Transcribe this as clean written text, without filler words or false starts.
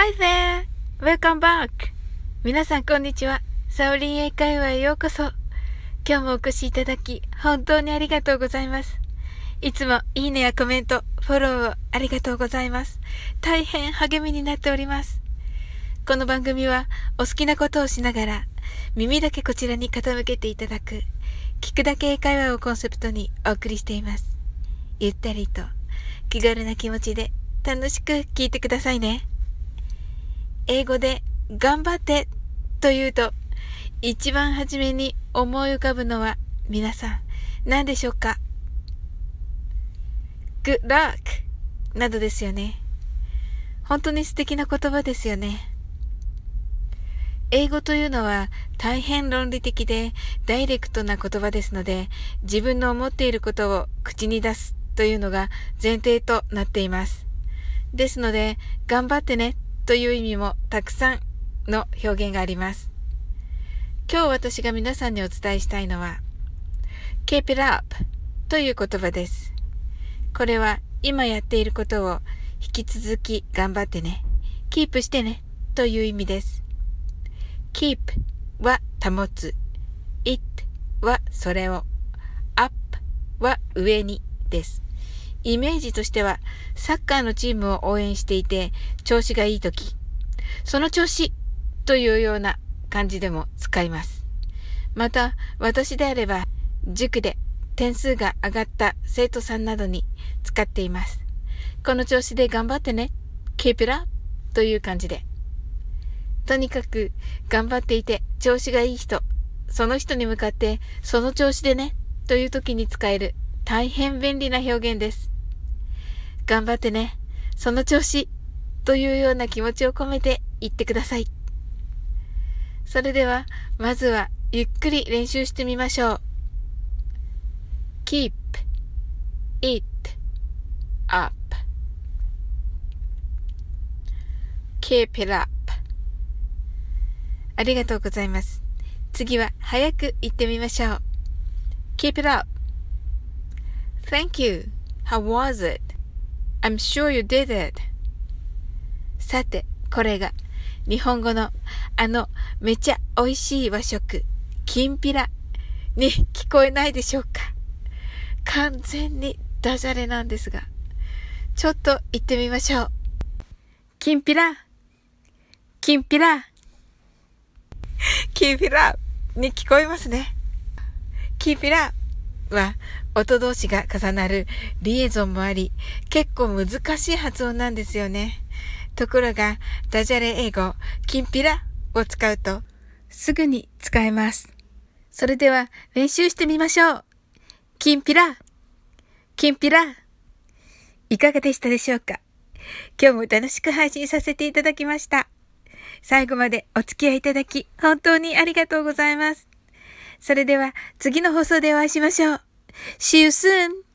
Hi there! Welcome back! 皆さんこんにちは。サオリン英会話へようこそ。今日もお越しいただき、本当にありがとうございます。いつもいいねやコメント、フォローをありがとうございます。大変励みになっております。この番組はお好きなことをしながら、耳だけこちらに傾けていただく、聞くだけ英会話をコンセプトにお送りしています。ゆったりと気軽な気持ちで楽しく聞いてくださいね。英語で頑張ってというと、一番初めに思い浮かぶのは皆さん何でしょうか？ Good luck などですよね。本当に素敵な言葉ですよね。英語というのは大変論理的でダイレクトな言葉ですので、自分の思っていることを口に出すというのが前提となっています。ですので、頑張ってねという意味もたくさんの表現があります。今日私が皆さんにお伝えしたいのは Keep it up という言葉です。これは今やっていることを引き続き頑張ってね、キープしてねという意味です。Keep は保つ、it はそれを、up は上にです。イメージとしては、サッカーのチームを応援していて、調子がいいとき、その調子というような感じでも使います。また、私であれば、塾で点数が上がった生徒さんなどに使っています。この調子で頑張ってね、keep it up という感じで。とにかく、頑張っていて調子がいい人、その人に向かって、その調子でね、という時に使える大変便利な表現です。頑張ってね、その調子というような気持ちを込めて言ってください。それでは、まずはゆっくり練習してみましょう。Keep it up. Keep it up. ありがとうございます。次は早く言ってみましょう。Keep it up. Thank you. How was it?I'm sure you did it. さて、これが日本語のめちゃ美味しい和食、きんぴらに聞こえないでしょうか？完全にダジャレなんですが、ちょっと言ってみましょう。きんぴら、きんぴら、きんぴらに聞こえますね。きんぴらは音同士が重なるリエゾンもあり、結構難しい発音なんですよね。ところが、ダジャレ英語、きんぴらを使うと、すぐに使えます。それでは、練習してみましょう。きんぴら、きんぴら。いかがでしたでしょうか？今日も楽しく配信させていただきました。最後までお付き合いいただき、本当にありがとうございます。それでは、次の放送でお会いしましょう。See you soon!